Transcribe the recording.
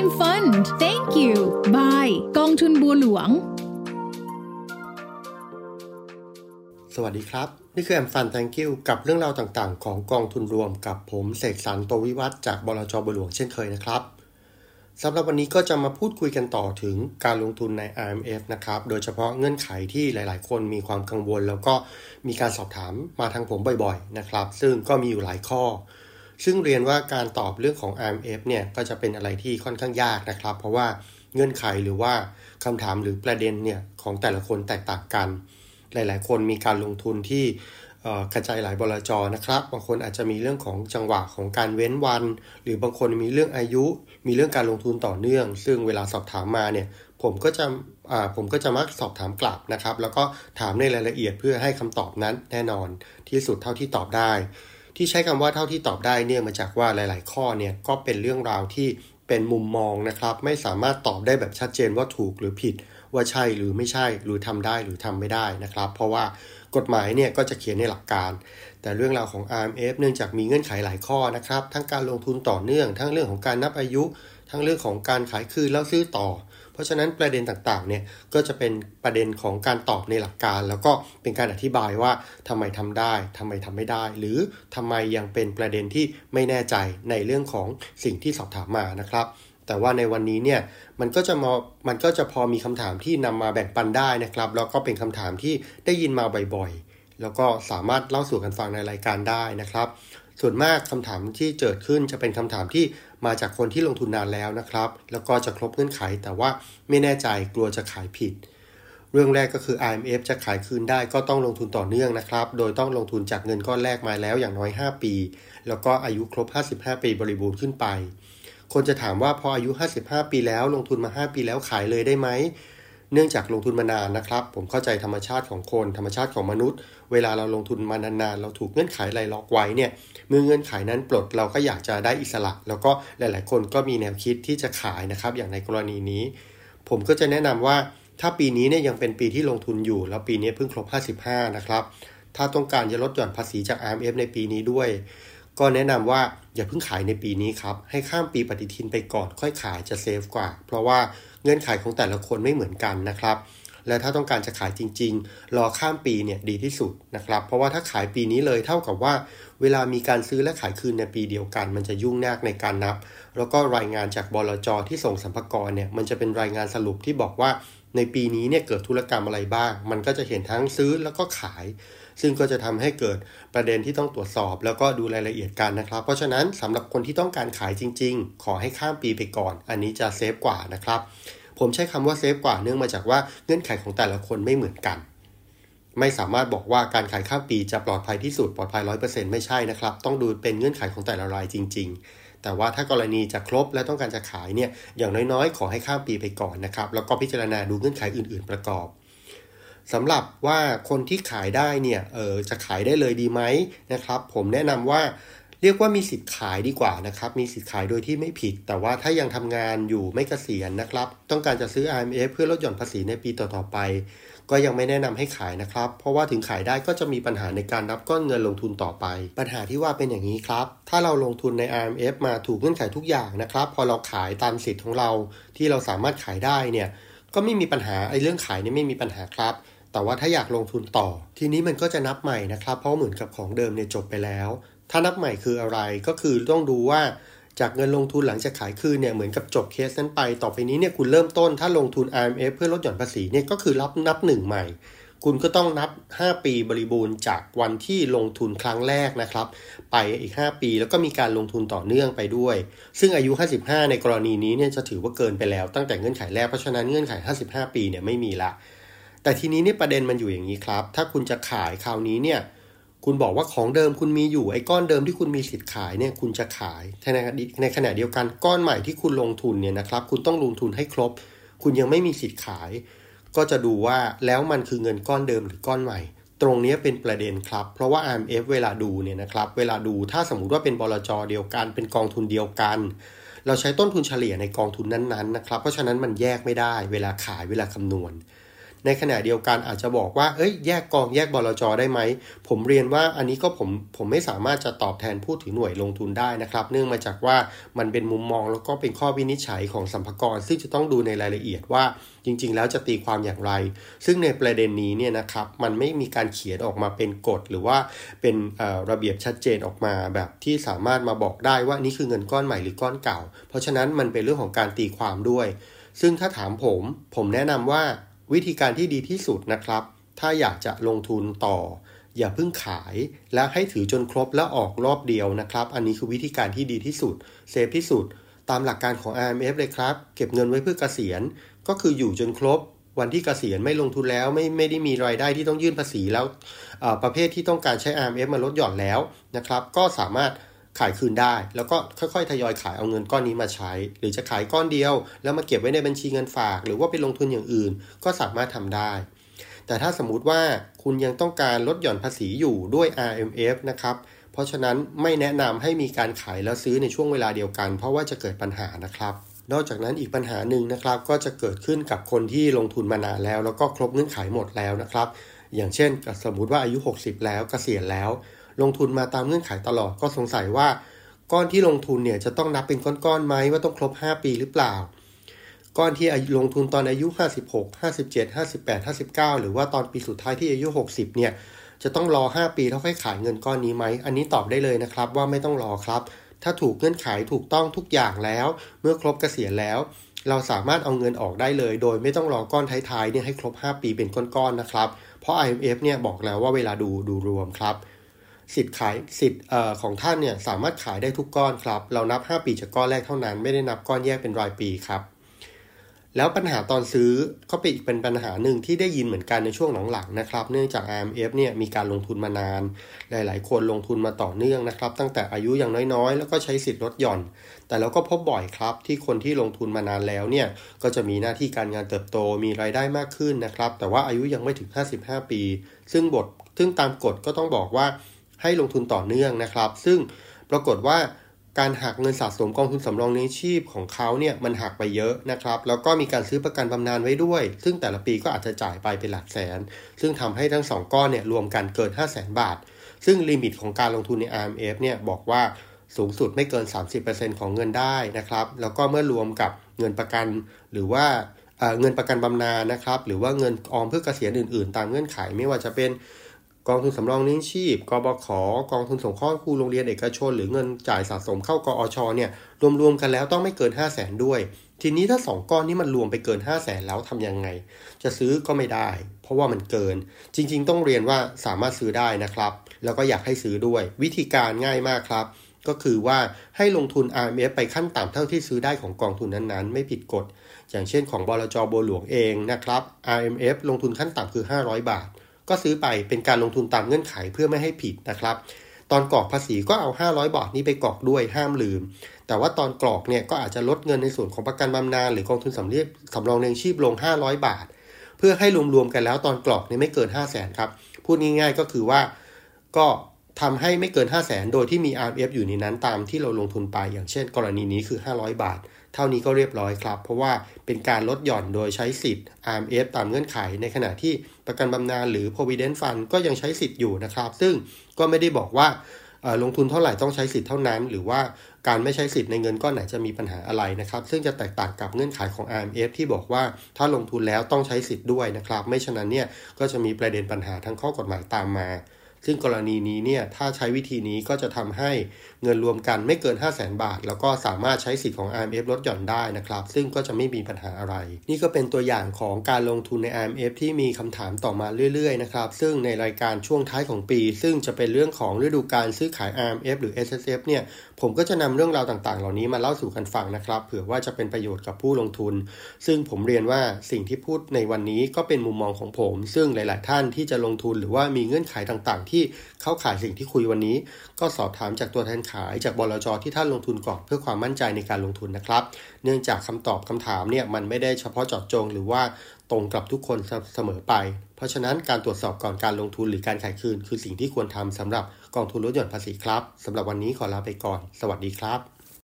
I'm Fund Thank you Bye กองทุนบัวหลวงสวัสดีครับนี่คือ I'm Fund Thank you กับเรื่องราวต่างๆของกองทุนรวมกับผมเสกสรร โตวิวัฒน์จากบลจ.บัวหลวงเช่นเคยนะครับสำหรับวันนี้ก็จะมาพูดคุยกันต่อถึงการลงทุนใน IMF นะครับโดยเฉพาะเงื่อนไขที่หลายๆคนมีความกังวลแล้วก็มีการสอบถามมาทางผมบ่อยๆนะครับซึ่งก็มีอยู่หลายข้อซึ่งเรียนว่าการตอบเรื่องของ IMF เนี่ยก็จะเป็นอะไรที่ค่อนข้างยากนะครับเพราะว่าเงื่อนไขหรือว่าคำถามหรือประเด็นเนี่ยของแต่ละคนแตกต่างกันหลายๆคนมีการลงทุนที่กระจายหลายบลจ.นะครับบางคนอาจจะมีเรื่องของจังหวะของการเว้นวันหรือบางคนมีเรื่องอายุมีเรื่องการลงทุนต่อเนื่องซึ่งเวลาสอบถามมาเนี่ยผมก็จะมักสอบถามกลับนะครับแล้วก็ถามในรายละเอียดเพื่อให้คำตอบนั้นแน่นอนที่สุดเท่าที่ตอบได้ที่ใช้คำว่าเท่าที่ตอบได้เนี่ยมาจากว่าหลายๆข้อเนี่ยก็เป็นเรื่องราวที่เป็นมุมมองนะครับไม่สามารถตอบได้แบบชัดเจนว่าถูกหรือผิดว่าใช่หรือไม่ใช่หรือทำได้หรือทำไม่ได้นะครับเพราะว่ากฎหมายเนี่ยก็จะเขียนในหลักการแต่เรื่องราวของ IMF เนื่องจากมีเงื่อนไขหลายข้อนะครับทั้งการลงทุนต่อเนื่องทั้งเรื่องของการนับอายุทั้งเรื่องของการขายคืนแล้วซื้อต่อเพราะฉะนั้นประเด็นต่างๆเนี่ยก็จะเป็นประเด็นของการตอบในหลักการแล้วก็เป็นการอธิบายว่าทำไมทำได้ทำไมทำไม่ได้หรือทำไมยังเป็นประเด็นที่ไม่แน่ใจในเรื่องของสิ่งที่สอบถามมานะครับแต่ว่าในวันนี้เนี่ยมันก็จะพอมีคำถามที่นำมาแบ่งปันได้นะครับแล้วก็เป็นคำถามที่ได้ยินมาบ่อยๆแล้วก็สามารถเล่าสู่กันฟังในรายการได้นะครับส่วนมากคำถามที่เกิดขึ้นจะเป็นคำถามที่มาจากคนที่ลงทุนนานแล้วนะครับแล้วก็จะครบเงื่อนไขแต่ว่าไม่แน่ใจกลัวจะขายผิดเรื่องแรกก็คือ IMF จะขายคืนได้ก็ต้องลงทุนต่อเนื่องนะครับโดยต้องลงทุนจากเงินก้อนแรกมาแล้วอย่างน้อย5ปีแล้วก็อายุครบ55ปีบริบูรณ์ขึ้นไปคนจะถามว่าพออายุ55ปีแล้วลงทุนมา5ปีแล้วขายเลยได้ไหมเนื่องจากลงทุนมานานนะครับผมเข้าใจธรรมชาติของคนธรรมชาติของมนุษย์เวลาเราลงทุนมานานๆเราถูกเงื่อนไขรายล็อกไว้เนี่ยเมื่อเงื่อนไขนั้นปลดเราก็อยากจะได้อิสระแล้วก็หลายๆคนก็มีแนวคิดที่จะขายนะครับอย่างในกรณีนี้ผมก็จะแนะนำว่าถ้าปีนี้เนี่ยยังเป็นปีที่ลงทุนอยู่แล้วปีนี้เพิ่งครบ55นะครับถ้าต้องการจะลดหย่อนภาษีจาก IMF ในปีนี้ด้วยก็แนะนำว่าอย่าเพิ่งขายในปีนี้ครับให้ข้ามปีปฏิทินไปก่อนค่อยขายจะเซฟกว่าเพราะว่าเงื่อนไขของแต่ละคนไม่เหมือนกันนะครับและถ้าต้องการจะขายจริงๆรอข้ามปีเนี่ยดีที่สุดนะครับเพราะว่าถ้าขายปีนี้เลยเท่ากับว่าเวลามีการซื้อและขายคืนในปีเดียวกันมันจะยุ่งยากในการนับแล้วก็รายงานจากบลจ.ที่ส่งสรรพากรเนี่ยมันจะเป็นรายงานสรุปที่บอกว่าในปีนี้เนี่ยเกิดธุรกรรมอะไรบ้างมันก็จะเห็นทั้งซื้อแล้วก็ขายซึ่งก็จะทำให้เกิดประเด็นที่ต้องตรวจสอบแล้วก็ดูรายละเอียดกันนะครับเพราะฉะนั้นสำหรับคนที่ต้องการขายจริงๆขอให้ข้ามปีไปก่อนอันนี้จะเซฟกว่านะครับผมใช้คำว่าเซฟกว่าเนื่องมาจากว่าเงื่อนไขของแต่ละคนไม่เหมือนกันไม่สามารถบอกว่าการขายข้ามปีจะปลอดภัยที่สุดปลอดภัย 100% ไม่ใช่นะครับต้องดูเป็นเงื่อนไขของแต่ละรายจริงๆแต่ว่าถ้ากรณีจะครบและต้องการจะขายเนี่ยอย่างน้อยๆขอให้ข้ามปีไปก่อนนะครับแล้วก็พิจารณาดูเงื่อนไขอื่นๆประกอบสำหรับว่าคนที่ขายได้เนี่ยจะขายได้เลยดีไหมนะครับผมแนะนำว่าเรียกว่ามีสิทธิ์ขายดีกว่านะครับมีสิทธิ์ขายโดยที่ไม่ผิดแต่ว่าถ้ายังทำงานอยู่ไม่เกษียณนะครับต้องการจะซื้อ IMF เพื่อลดหย่อนภาษีในปีต่อๆไปก็ยังไม่แนะนำให้ขายนะครับเพราะว่าถึงขายได้ก็จะมีปัญหาในการรับก้อนเงินลงทุนต่อไปปัญหาที่ว่าเป็นอย่างนี้ครับถ้าเราลงทุนใน IMF มาถูกเงื่อนไขทุกอย่างนะครับพอเราขายตามสิทธิ์ของเราที่เราสามารถขายได้เนี่ยก็ไม่มีปัญหาเรื่องขายนี่ไม่มีปัญหาครับแต่ว่าถ้าอยากลงทุนต่อทีนี้มันก็จะนับใหม่นะครับเพราะเหมือนกับของเดิมเนี่ยจบไปแล้วถ้านับใหม่คืออะไรก็คือต้องดูว่าจากเงินลงทุนหลังจากขายคืนเนี่ยเหมือนกับจบเคสนั้นไปต่อไปนี้เนี่ยคุณเริ่มต้นถ้าลงทุน IMF เพื่อลดหย่อนภาษีเนี่ยก็คือนับ1ใหม่คุณก็ต้องนับ5ปีบริบูรณ์จากวันที่ลงทุนครั้งแรกนะครับไปอีก5ปีแล้วก็มีการลงทุนต่อเนื่องไปด้วยซึ่งอายุ55ในกรณีนี้เนี่ยจะถือว่าเกินไปแล้วตั้งแต่เงื่อนไขแรกเพราะฉะนั้นเงื่อนไข55ปีเนี่ยไม่มีละแต่ทีนี้เนี่ยประเด็นมันอยู่อย่างนี้ครับถ้าคุณจะขายคราวนี้เนี่ยคุณบอกว่าของเดิมคุณมีอยู่ไอ้ก้อนเดิมที่คุณมีสิทธิ์ขายเนี่ยคุณจะขายในขณะเดียวกันก้อนใหม่ที่คุณลงทุนเนี่ยนะครับคุณต้องลงทุนให้ครบคุณยังไม่มีสิทธิ์ขายก็จะดูว่าแล้วมันคือเงินก้อนเดิมหรือก้อนใหม่ตรงนี้เป็นประเด็นครับเพราะว่า IMF เวลาดูเนี่ยนะครับเวลาดูถ้าสมมุติว่าเป็นบลจ.เดียวกันเป็นกองทุนเดียวกันเราใช้ต้นทุนเฉลี่ยในกองทุนนั้นๆนะครับเพราะฉะนั้นมันแยกไม่ได้เวลาขายเวลาคำนวณในขณะเดียวกันอาจจะบอกว่าแยกกองแยกบลจ.ได้ไหมผมเรียนว่าอันนี้ก็ผมไม่สามารถจะตอบแทนผู้ถือหน่วยลงทุนได้นะครับเนื่องมาจากว่ามันเป็นมุมมองแล้วก็เป็นข้อวินิจฉัยของสรรพากรซึ่งจะต้องดูในรายละเอียดว่าจริงๆแล้วจะตีความอย่างไรซึ่งในประเด็นนี้เนี่ยนะครับมันไม่มีการเขียนออกมาเป็นกฎหรือว่าเป็นระเบียบชัดเจนออกมาแบบที่สามารถมาบอกได้ว่านี่คือเงินก้อนใหม่หรือก้อนเก่าเพราะฉะนั้นมันเป็นเรื่องของการตีความด้วยซึ่งถ้าถามผมแนะนำว่าวิธีการที่ดีที่สุดนะครับถ้าอยากจะลงทุนต่ออย่าเพิ่งขายและให้ถือจนครบแล้วออกรอบเดียวนะครับอันนี้คือวิธีการที่ดีที่สุดเซฟที่สุดตามหลักการของ IMF เลยครับเก็บเงินไว้เพื่อเกษียณก็คืออยู่จนครบวันที่เกษียณไม่ลงทุนแล้วไม่ได้มีรายได้ที่ต้องยื่นภาษีแล้วประเภทที่ต้องการใช้ IMF มาลดหย่อนแล้วนะครับก็สามารถขายคืนได้แล้วก็ค่อยๆทยอยขายเอาเงินก้อนนี้มาใช้หรือจะขายก้อนเดียวแล้วมาเก็บไว้ในบัญชีเงินฝากหรือว่าไปลงทุนอย่างอื่นก็สามารถทำได้แต่ถ้าสมมุติว่าคุณยังต้องการลดหย่อนภาษีอยู่ด้วย IMF นะครับเพราะฉะนั้นไม่แนะนำให้มีการขายแล้วซื้อในช่วงเวลาเดียวกันเพราะว่าจะเกิดปัญหานะครับนอกจากนั้นอีกปัญหาหนึ่งนะครับก็จะเกิดขึ้นกับคนที่ลงทุนมานานแล้วก็ครบเงื่อนไขหมดแล้วนะครับอย่างเช่นสมมุติว่าอายุ60แล้วเกษียณแล้วลงทุนมาตามเงื่อนไขตลอดก็สงสัยว่าก้อนที่ลงทุนเนี่ยจะต้องนับเป็นก้อนๆไหมว่าต้องครบ5ปีหรือเปล่าก้อนที่ลงทุนตอนอายุ56 57 58 59หรือว่าตอนปีสุดท้ายที่อายุ60เนี่ยจะต้องรอ5ปีแล้วค่อยขายเงินก้อนนี้ไหมอันนี้ตอบได้เลยนะครับว่าไม่ต้องรอครับถ้าถูกเงื่อนไขถูกต้องทุกอย่างแล้วเมื่อครบเกษียณแล้วเราสามารถเอาเงินออกได้เลยโดยไม่ต้องรอก้อนท้ายๆเนี่ยให้ครบ5ปีเป็นก้อนๆนะครับเพราะ IMF เนี่ยบอกแล้วว่าเวลาดูรวมครับสิทธิ์ของท่านเนี่ยสามารถขายได้ทุกก้อนครับเรานับ5ปีจากก้อนแรกเท่านั้นไม่ได้นับก้อนแยกเป็นรายปีครับแล้วปัญหาตอนซื้อก็เป็นปัญหาหนึ่งที่ได้ยินเหมือนกันในช่วงหลังๆนะครับเนื่องจาก IMF เนี่ยมีการลงทุนมานานหลายๆคนลงทุนมาต่อเนื่องนะครับตั้งแต่อายุยังน้อยๆแล้วก็ใช้สิทธิ์ลดหย่อนแต่เราก็พบบ่อยครับที่คนที่ลงทุนมานานแล้วเนี่ยก็จะมีหน้าที่การงานเติบโตมีรายได้มากขึ้นนะครับแต่ว่าอายุยังไม่ถึง55ปีซึ่งตามกฎก็ต้องบอกว่าให้ลงทุนต่อเนื่องนะครับซึ่งปรากฏว่าการหักเงินสะสมกองทุนสำรองเลี้ยงชีพของเขาเนี่ยมันหักไปเยอะนะครับแล้วก็มีการซื้อประกันบำนาญไว้ด้วยซึ่งแต่ละปีก็อาจจะจ่ายไปเป็นหลักแสนซึ่งทำให้ทั้ง2ก้อนเนี่ยรวมกันเกิน 500,000 บาทซึ่งลิมิตของการลงทุนใน IMF เนี่ยบอกว่าสูงสุดไม่เกิน 30% ของเงินได้นะครับแล้วก็เมื่อรวมกับเงินประกันหรือว่าเงินประกันบำนาญนะครับหรือว่าเงินออมเพื่อเกษียณอื่นๆตามเงื่อนไขไม่ว่าจะเป็นกองทุนสำรองเลี้ยงชีพกบข.กองทุนสงเคราะห์ครูโรงเรียนเอกชนหรือเงินจ่ายสะสมเข้ากอช.เนี่ยรวมๆกันแล้วต้องไม่เกิน 500,000 ด้วยทีนี้ถ้า2ก้อนนี้มันรวมไปเกิน 500,000 แล้วทำยังไงจะซื้อก็ไม่ได้เพราะว่ามันเกินจริงๆต้องเรียนว่าสามารถซื้อได้นะครับแล้วก็อยากให้ซื้อด้วยวิธีการง่ายมากครับก็คือว่าให้ลงทุน IMF ไปขั้นต่ำเท่าที่ซื้อได้ของกองทุนนั้นๆไม่ผิดกฎอย่างเช่นของบลจ.บัวหลวงเองนะครับ IMF ลงทุนขั้นต่ำคือ500 บาทก็ซื้อไปเป็นการลงทุนตามเงื่อนไขเพื่อไม่ให้ผิดนะครับตอนกรอกภาษีก็เอา500 บาทนี้ไปกรอกด้วยห้ามลืมแต่ว่าตอนกรอกเนี่ยก็อาจจะลดเงินในส่วนของประกันบำนาญหรือกองทุนสำรองเลี้ยงชีพลง500 บาทเพื่อให้รวมๆกันแล้วตอนกรอกเนี่ยไม่เกิน 500,000 ครับพูดง่ายๆก็คือว่าก็ทำให้ไม่เกิน 500,000 โดยที่มี IMF อยู่ในนั้นตามที่เราลงทุนไปอย่างเช่นกรณีนี้คือ500 บาทเท่านี้ก็เรียบร้อยครับเพราะว่าเป็นการลดหย่อนโดยใช้สิทธิ์ IMF ตามเงื่อนไขในขณะที่ประกันบำนาญหรือ Provident Fund ก็ยังใช้สิทธิ์อยู่นะครับซึ่งก็ไม่ได้บอกว่าลงทุนเท่าไหร่ต้องใช้สิทธิ์เท่านั้นหรือว่าการไม่ใช้สิทธิ์ในเงินก้อนไหนจะมีปัญหาอะไรนะครับซึ่งจะแตกต่างกับเงื่อนไขของ IMF ที่บอกว่าถ้าลงทุนแล้วต้องใช้สิทธิ์ด้วยนะครับไม่ฉะนั้นเนี่ยก็จะมีประเด็นปัญหาทั้งข้อกฎหมายตามมาซึ่งกรณีนี้เนี่ยถ้าใช้วิธีนี้ก็จะทำให้เงินรวมกันไม่เกิน 500,000 บาทแล้วก็สามารถใช้สิทธิ์ของ IMF ลดหย่อนได้นะครับซึ่งก็จะไม่มีปัญหาอะไรนี่ก็เป็นตัวอย่างของการลงทุนใน IMF ที่มีคำถามต่อมาเรื่อยๆนะครับซึ่งในรายการช่วงท้ายของปีซึ่งจะเป็นเรื่องของฤดูกาลซื้อขาย IMF หรือ SSF เนี่ยผมก็จะนำเรื่องราวต่างๆเหล่านี้มาเล่าสู่กันฟังนะครับเผื่อว่าจะเป็นประโยชน์กับผู้ลงทุนซึ่งผมเรียนว่าสิ่งที่พูดในวันนี้ก็เป็นมุมมองของผมซึ่งหลายๆท่านที่จะลงทุนหรือว่ามีเงื่อนไขต่างๆที่เข้าข่ายสิ่งที่คุยวันนี้ก็สอบถามจากตัวแทนขายจากบลจ.ที่ท่านลงทุนก่อนเพื่อความมั่นใจในการลงทุนนะครับเนื่องจากคำตอบคำถามเนี่ยมันไม่ได้เฉพาะเจาะจงหรือว่าตรงกับทุกคนเสมอไปเพราะฉะนั้นการตรวจสอบก่อนการลงทุนหรือการขายคืนคือสิ่งที่ควรทำสำหรับกองทุนลดหย่อนภาษีครับสำหรับวันนี้ขอลาไปก่อนสวัสดีครับ